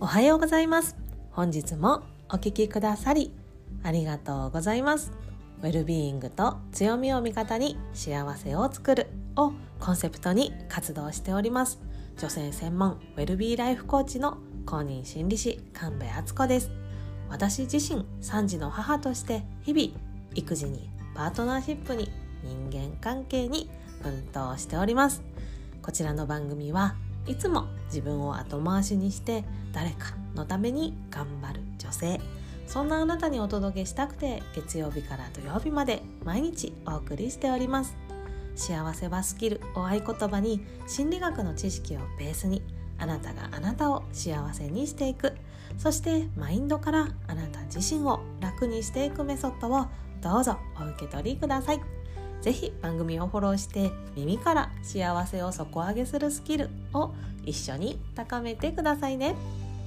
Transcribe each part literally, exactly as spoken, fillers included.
おはようございます。本日もお聞きくださりありがとうございます。ウェルビーイングと強みを味方に幸せを作るをコンセプトに活動しております。女性専門ウェルビーライフコーチの公認心理師神戸敦子です。私自身さん児の母として日々育児にパートナーシップに人間関係に奮闘しております。こちらの番組はいつも自分を後回しにして誰かのために頑張る女性、そんなあなたにお届けしたくて月曜日から土曜日まで毎日お送りしております。幸せはスキルを合言葉に心理学の知識をベースにあなたがあなたを幸せにしていく、そしてマインドからあなた自身を楽にしていくメソッドをどうぞお受け取りください。ぜひ番組をフォローして耳から幸せを底上げするスキルを一緒に高めてくださいね。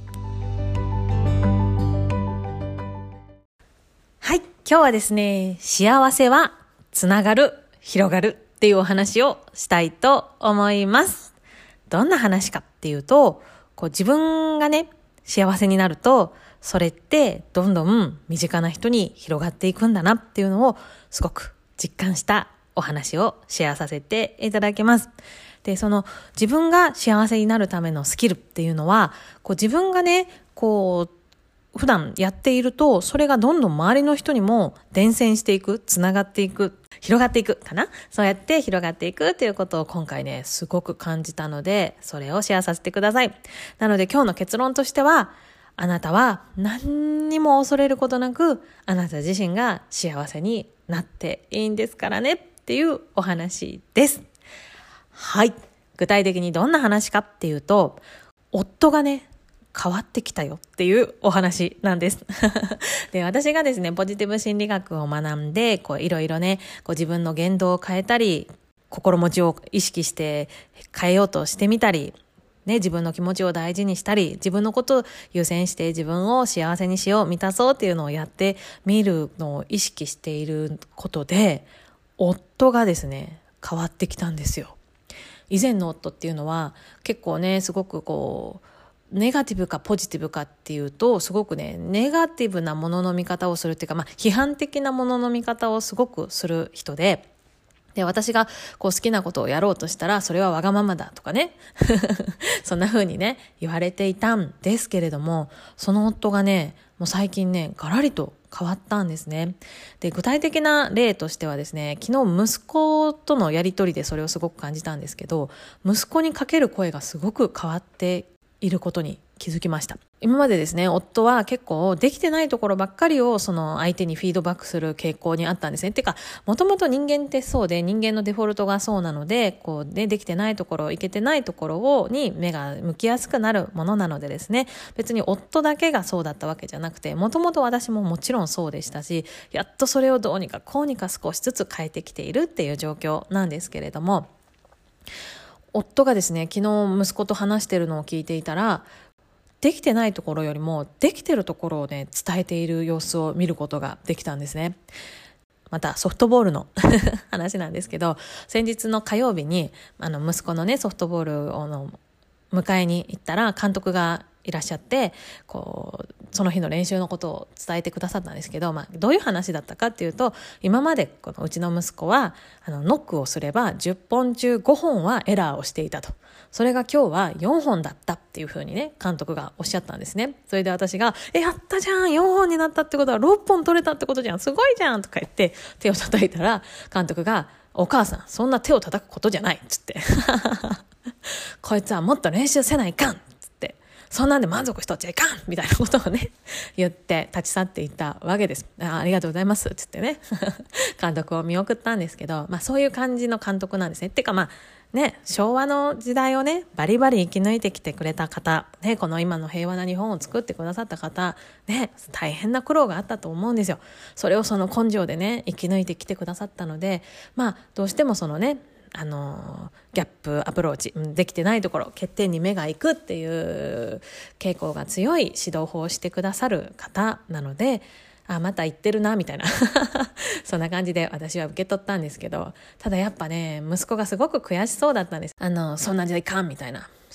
はい、今日はですね、幸せはつながる、広がるっていうお話をしたいと思います。どんな話かっていうと、こう自分がね、幸せになると、それってどんどん身近な人に広がっていくんだなっていうのをすごく実感したお話をシェアさせていただきます。で、その自分が幸せになるためのスキルっていうのは、こう自分がね、こう普段やっていると、それがどんどん周りの人にも伝染していく、つながっていく、広がっていくかな。そうやって広がっていくっていうことを今回ね、すごく感じたので、それをシェアさせてください。なので今日の結論としては、あなたは何にも恐れることなく、あなた自身が幸せになっていいんですからねっていうお話です。はい。具体的にどんな話かっていうと、夫がね、変わってきたよっていうお話なんです。で、私がですね、ポジティブ心理学を学んで、こういろいろね、こう自分の言動を変えたり、心持ちを意識して変えようとしてみたり、ね、自分の気持ちを大事にしたり、自分のことを優先して自分を幸せにしよう、満たそうっていうのをやってみるのを意識していることで、夫がですね、変わってきたんですよ。以前の夫っていうのは結構ね、すごくこう、ネガティブかポジティブかっていうと、すごくね、ネガティブなものの見方をするっていうか、まあ、批判的なものの見方をすごくする人で、で、私がこう好きなことをやろうとしたら、それはわがままだとかね。そんな風にね、言われていたんですけれども、その夫がね、もう最近ね、ガラリと変わったんですね。で、具体的な例としてはですね、昨日息子とのやりとりでそれをすごく感じたんですけど、息子にかける声がすごく変わっていることに気づきました。今までですね、夫は結構できてないところばっかりをその相手にフィードバックする傾向にあったんですね。てか、もともと人間ってそうで、人間のデフォルトがそうなので、こうね、できてないところ、いけてないところをに目が向きやすくなるものなのでですね、別に夫だけがそうだったわけじゃなくて、もともと私ももちろんそうでしたし、やっとそれをどうにかこうにか少しずつ変えてきているっていう状況なんですけれども、夫がですね、昨日息子と話してるのを聞いていたら、できてないところよりもできてるところをね、伝えている様子を見ることができたんですね。またソフトボールの話なんですけど、先日の火曜日にあの息子のね、ソフトボールをの迎えに行ったら、監督がいらっしゃって、こうその日の練習のことを伝えてくださったんですけど、まあ、どういう話だったかっていうと、今までこのうちの息子はあのノックをすればじゅっぽん中ごほんはエラーをしていたと。それが今日はよんほんだったっていうふうにね、監督がおっしゃったんですね。それで私が、え、やったじゃん、よんほんになったってことはろっぽん取れたってことじゃん、すごいじゃんとか言って手を叩いたら、監督が、お母さん、そんな手を叩くことじゃないっつってこいつはもっと練習せないかんっつって、そんなんで満足しとっちゃいかんみたいなことをね言って立ち去っていったわけです。 あ, ありがとうございますっつってね監督を見送ったんですけど、まあそういう感じの監督なんですね。ってかまあね、昭和の時代をね、バリバリ生き抜いてきてくれた方、ね、この今の平和な日本を作ってくださった方、ね、大変な苦労があったと思うんですよ。それをその根性でね、生き抜いてきてくださったので、まあ、どうしてもそのね、あのギャップアプローチ、できてないところ、欠点に目が行くっていう傾向が強い指導法をしてくださる方なので、あ、また言ってるなみたいなそんな感じで私は受け取ったんですけど、ただやっぱね、息子がすごく悔しそうだったんです。あのそんなんじゃいかんみたいな、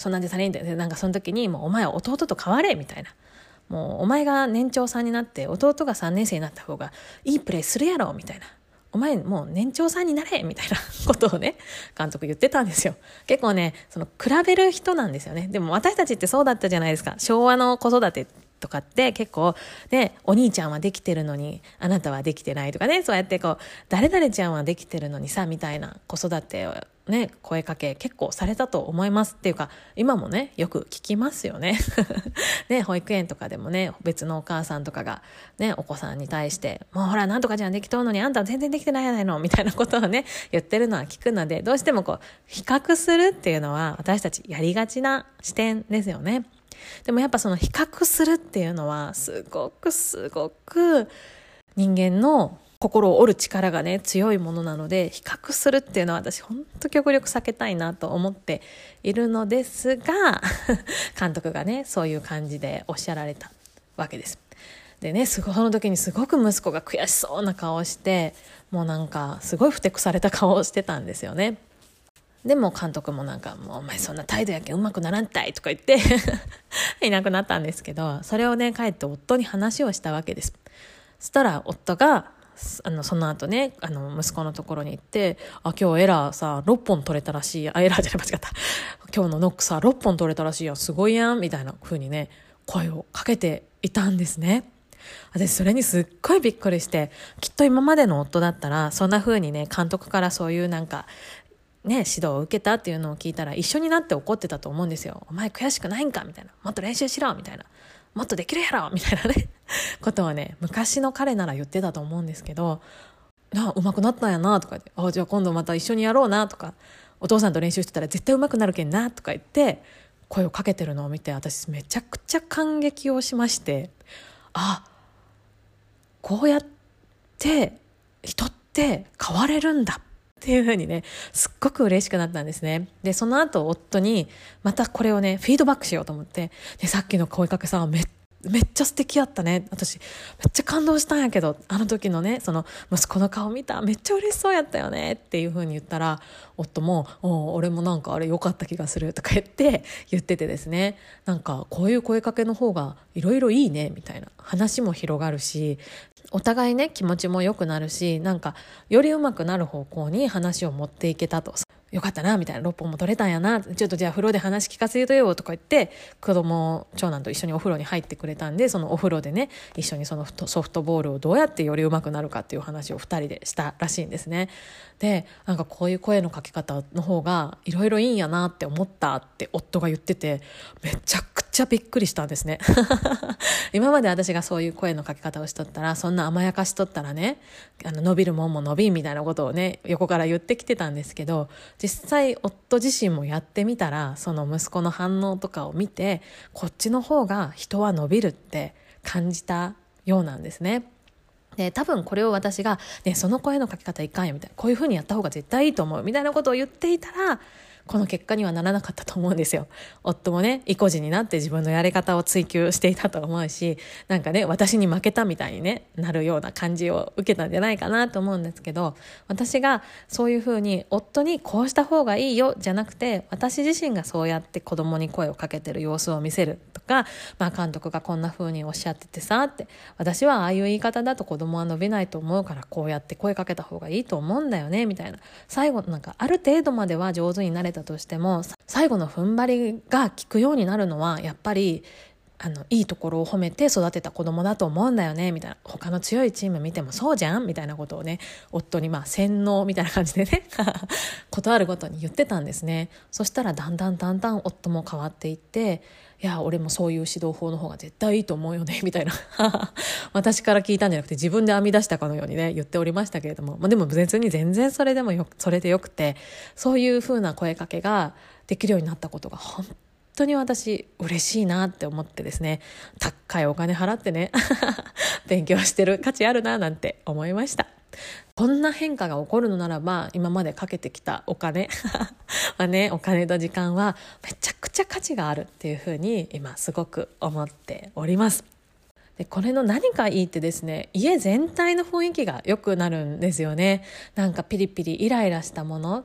そんなんでさねんって、なんかその時にもうお前は弟と変われみたいな、もうお前が年長さんになって弟がさんねん生になった方がいいプレーするやろみたいな、お前もう年長さんになれみたいなことをね監督言ってたんですよ。結構ねその比べる人なんですよね。でも私たちってそうだったじゃないですか。昭和の子育てとかって結構ね、お兄ちゃんはできてるのにあなたはできてないとかね、そうやってこう誰々ちゃんはできてるのにさみたいな子育てをね声かけ結構されたと思います。っていうか今もねよく聞きますよねね、保育園とかでもね別のお母さんとかがねお子さんに対してもうほらなんとかちゃんできとうのにあんた全然できてないやないのみたいなことをね言ってるのは聞くので、どうしてもこう比較するっていうのは私たちやりがちな視点ですよね。でもやっぱその比較するっていうのはすごくすごく人間の心を折る力がね強いものなので、比較するっていうのは私本当極力避けたいなと思っているのですが監督がねそういう感じでおっしゃられたわけです。でね、すごいその時にすごく息子が悔しそうな顔をして、もうなんかすごいふてくされた顔をしてたんですよね。でも監督もなんかもうお前そんな態度やけんうまくならんたいとか言っていなくなったんですけど、それをね帰って夫に話をしたわけです。そしたら夫があのその後ねあの息子のところに行って、あ今日エラーさろっぽん取れたらしい、あエラーじゃない間違った今日のノックさろっぽん取れたらしいやん、すごいやんみたいな風にね声をかけていたんですね。私それにすっごいびっくりして、きっと今までの夫だったらそんな風にね監督からそういうなんかね、指導を受けたっていうのを聞いたら一緒になって怒ってたと思うんですよ。お前悔しくないんかみたいな、もっと練習しろみたいな、もっとできるやろみたいなねことをね昔の彼なら言ってたと思うんですけど、な上手くなったんやなとか言って、あじゃあ今度また一緒にやろうなとか、お父さんと練習してたら絶対上手くなるけんなとか言って声をかけてるのを見て、私めちゃくちゃ感激をしまして、あこうやって人って変われるんだっていう風にねすっごく嬉しくなったんですね。でその後夫にまたこれをねフィードバックしようと思って、でさっきの声かけさめめっちゃ素敵やったね、私めっちゃ感動したんやけど、あの時のねその息子の顔見ためっちゃ嬉しそうやったよねっていう風に言ったら、夫もお俺もなんかあれ良かった気がするとか言って言っててですね、なんかこういう声かけの方がいろいろいいねみたいな話も広がるし、お互いね気持ちも良くなるし、なんかより上手くなる方向に話を持っていけたと、よかったなみたいな、ろっぽんも取れたんやな、ちょっとじゃあ風呂で話聞かせてよとか言って、子供長男と一緒にお風呂に入ってくれたんで、そのお風呂でね一緒にそのソフトボールをどうやってより上手くなるかっていう話をふたりでしたらしいんですね。でなんかこういう声のかけ方の方がいろいろいいんやなって思ったって夫が言ってて、めちゃくちゃびっくりしたんですね今まで私がそういう声のかけ方をしとったら、そんな甘やかしとったらねあの伸びるもんも伸びんみたいなことをね横から言ってきてたんですけど、実際夫自身もやってみたら、その息子の反応とかを見てこっちの方が人は伸びるって感じたようなんですね。で多分これを私が、ね、その声のかけ方いかんよみたいな、こういう風にやった方が絶対いいと思うみたいなことを言っていたらこの結果にはならなかったと思うんですよ。夫もね意固地になって自分のやり方を追求していたと思うし、なんかね私に負けたみたいに、ね、なるような感じを受けたんじゃないかなと思うんですけど、私がそういうふうに夫にこうした方がいいよじゃなくて、私自身がそうやって子供に声をかけてる様子を見せるとか、まあ、監督がこんなふうにおっしゃっててさって、私はああいう言い方だと子供は伸びないと思うからこうやって声かけた方がいいと思うんだよねみたいな、最後なんかある程度までは上手になれたとしても最後の踏ん張りが効くようになるのはやっぱりあのいいところを褒めて育てた子供だと思うんだよねみたいな、他の強いチーム見てもそうじゃんみたいなことをね夫にまあ洗脳みたいな感じでねことあるごとに言ってたんですね。そしたらだんだんだんだん夫も変わっていって、いや俺もそういう指導法の方が絶対いいと思うよねみたいな私から聞いたんじゃなくて自分で編み出したかのようにね言っておりましたけれども、まあ、でも別に全然それでもよそれでよくて、そういう風な声かけができるようになったことが本当に私嬉しいなって思ってですね、高いお金払ってね勉強してる価値あるななんて思いました。こんな変化が起こるのならば今までかけてきたお金はね、お金と時間はめちゃくちゃ価値があるっていうふうに今すごく思っております。でこれの何がいいってですね、家全体の雰囲気が良くなるんですよね。なんかピリピリイライラしたもの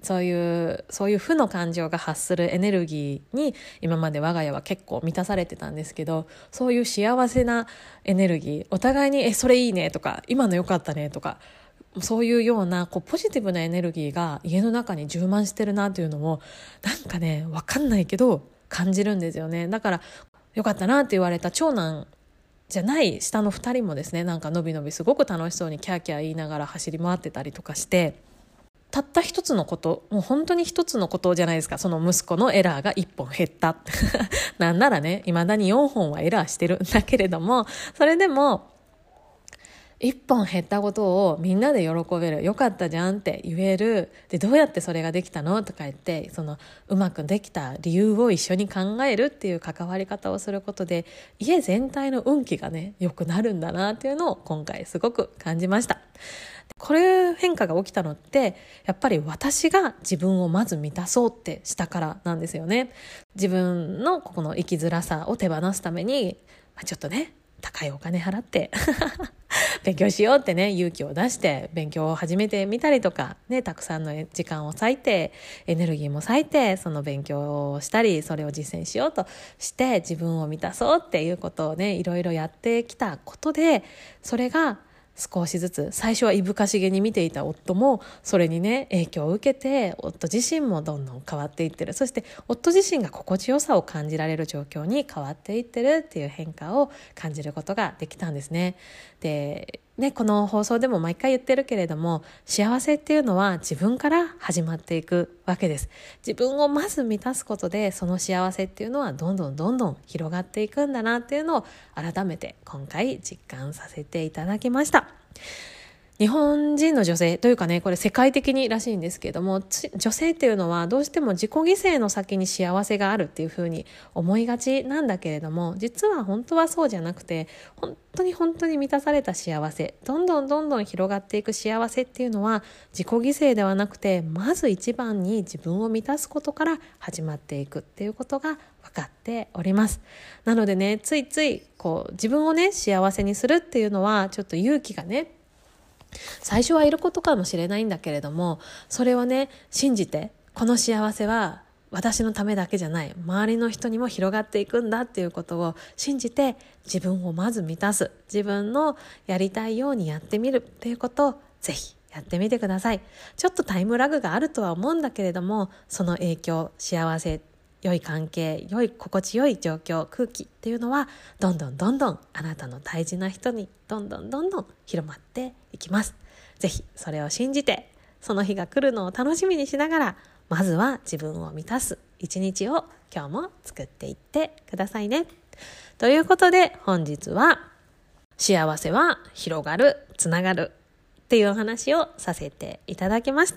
そういうそういう負の感情が発するエネルギーに今まで我が家は結構満たされてたんですけど、そういう幸せなエネルギー、お互いにえそれいいねとか今の良かったねとか、そういうようなこうポジティブなエネルギーが家の中に充満してるなというのをなんかね分かんないけど感じるんですよね。だから良かったなって言われた長男じゃない下のふたりもですね、なんかのびのびすごく楽しそうにキャーキャー言いながら走り回ってたりとかして、たった一つのこと、もう本当に一つのことじゃないですか。その息子のエラーがいっぽん減ったなんならね、未だによんほんはエラーしてるんだけれども、それでもいっぽん減ったことをみんなで喜べる、よかったじゃんって言える、でどうやってそれができたのとか言って、そのうまくできた理由を一緒に考えるっていう関わり方をすることで、家全体の運気がね良くなるんだなっていうのを今回すごく感じました。これ変化が起きたのってやっぱり私が自分をまず満たそうってしたからなんですよね。自分のこの生きづらさを手放すためにちょっとね高いお金払って勉強しようってね勇気を出して勉強を始めてみたりとかね、たくさんの時間を割いてエネルギーも割いてその勉強をしたり、それを実践しようとして自分を満たそうっていうことをねいろいろやってきたことで、それが少しずつ、最初はいぶかしげに見ていた夫もそれにね影響を受けて、夫自身もどんどん変わっていってる、そして夫自身が心地よさを感じられる状況に変わっていってるっていう変化を感じることができたんですね。でね、この放送でも毎回言ってるけれども、幸せっていうのは自分から始まっていくわけです。自分をまず満たすことで、その幸せっていうのはどんどんどんどん広がっていくんだなっていうのを改めて今回実感させていただきました。日本人の女性というかね、これ世界的にらしいんですけれども、女性っていうのはどうしても自己犠牲の先に幸せがあるっていうふうに思いがちなんだけれども、実は本当はそうじゃなくて、本当に本当に満たされた幸せ、どんどんどんどん広がっていく幸せっていうのは自己犠牲ではなくて、まず一番に自分を満たすことから始まっていくっていうことが分かっております。なのでね、ついついこう自分をね幸せにするっていうのはちょっと勇気がね最初はいることかもしれないんだけれども、それをね信じて、この幸せは私のためだけじゃない、周りの人にも広がっていくんだっていうことを信じて、自分をまず満たす、自分のやりたいようにやってみるっていうことをぜひやってみてください。ちょっとタイムラグがあるとは思うんだけれども、その影響、幸せ、良い関係、良い心地よい状況、空気っていうのはどんどんどんどんあなたの大事な人にどんどんどんどん広まっていきます。ぜひそれを信じて、その日が来るのを楽しみにしながら、まずは自分を満たす一日を今日も作っていってくださいね。ということで本日は幸せは広がる、つながるっていうお話をさせていただきました。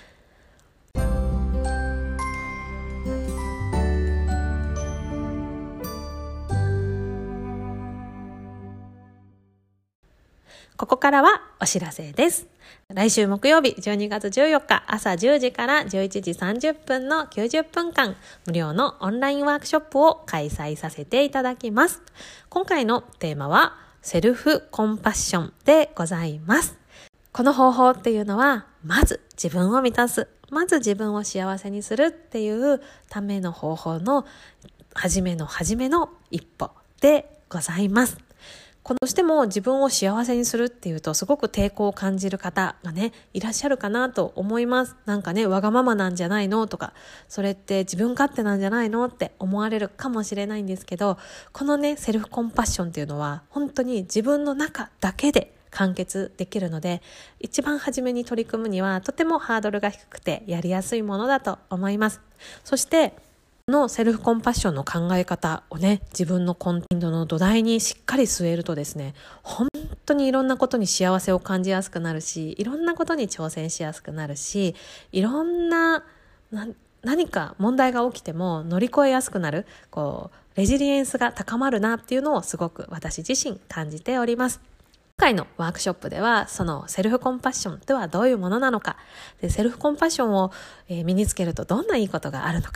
ここからはお知らせです。来週木曜日じゅうにがつじゅうよっか朝じゅうじからじゅういちじさんじゅっぷんのきゅうじゅっぷんかん無料のオンラインワークショップを開催させていただきます。今回のテーマはセルフコンパッションでございます。この方法っていうのは、まず自分を満たす、まず自分を幸せにするっていうための方法の初めの初めの一歩でございます。どうしても自分を幸せにするっていうとすごく抵抗を感じる方がねいらっしゃるかなと思います。なんかね、わがままなんじゃないのとか、それって自分勝手なんじゃないのって思われるかもしれないんですけど、このねセルフコンパッションっていうのは本当に自分の中だけで完結できるので、一番初めに取り組むにはとてもハードルが低くてやりやすいものだと思います。そしてのセルフコンパッションの考え方をね、自分のコンテンツの土台にしっかり据えるとですね、本当にいろんなことに幸せを感じやすくなるし、いろんなことに挑戦しやすくなるし、いろんな、な何か問題が起きても乗り越えやすくなる、こうレジリエンスが高まるなっていうのをすごく私自身感じております。今回のワークショップではそのセルフコンパッションとはどういうものなのか、でセルフコンパッションを身につけるとどんないいことがあるのか、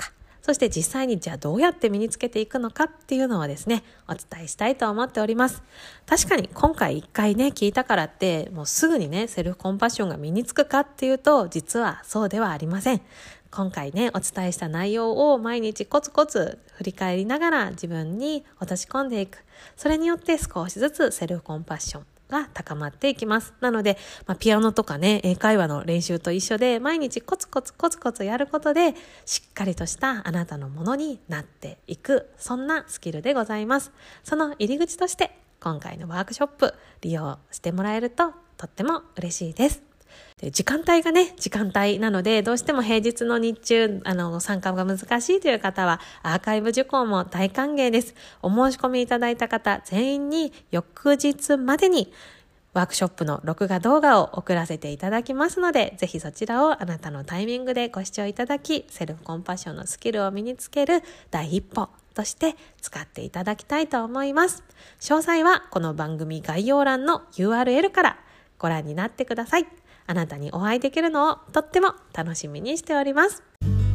そして実際にじゃあどうやって身につけていくのかっていうのをですね、お伝えしたいと思っております。確かに今回一回ね、聞いたからって、もうすぐにね、セルフコンパッションが身につくかっていうと、実はそうではありません。今回ね、お伝えした内容を毎日コツコツ振り返りながら自分に落とし込んでいく。それによって少しずつセルフコンパッションが高まっていきます。なので、まあ、ピアノとかね、英会話の練習と一緒で、毎日コツコツコツコツやることで、しっかりとしたあなたのものになっていく、そんなスキルでございます。その入り口として、今回のワークショップ利用してもらえるととっても嬉しいです。で時間帯がね、時間帯なので、どうしても平日の日中、あの、参加が難しいという方は、アーカイブ受講も大歓迎です。お申し込みいただいた方、全員に翌日までに、ワークショップの録画動画を送らせていただきますので、ぜひそちらをあなたのタイミングでご視聴いただき、セルフコンパッションのスキルを身につける第一歩として使っていただきたいと思います。詳細はこの番組概要欄の ユーアールエル からご覧になってください。あなたにお会いできるのをとっても楽しみにしております。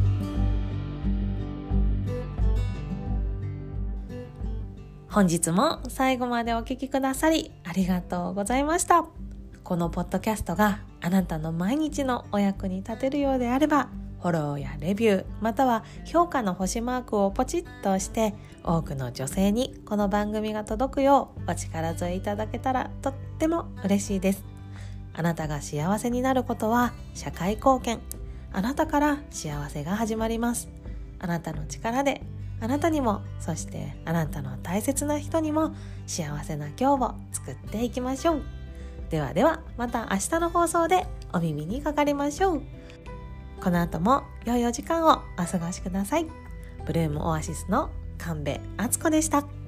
本日も最後までお聞きくださりありがとうございました。このポッドキャストがあなたの毎日のお役に立てるようであれば、フォローやレビュー、または評価の星マークをポチッと押して、多くの女性にこの番組が届くようお力添えいただけたらとっても嬉しいです。あなたが幸せになることは社会貢献。あなたから幸せが始まります。あなたの力で、あなたにも、そしてあなたの大切な人にも幸せな今日を作っていきましょう。ではでは、また明日の放送でお耳にかかりましょう。この後も良いお時間をお過ごしください。ブルームオアシスの神戸敦子でした。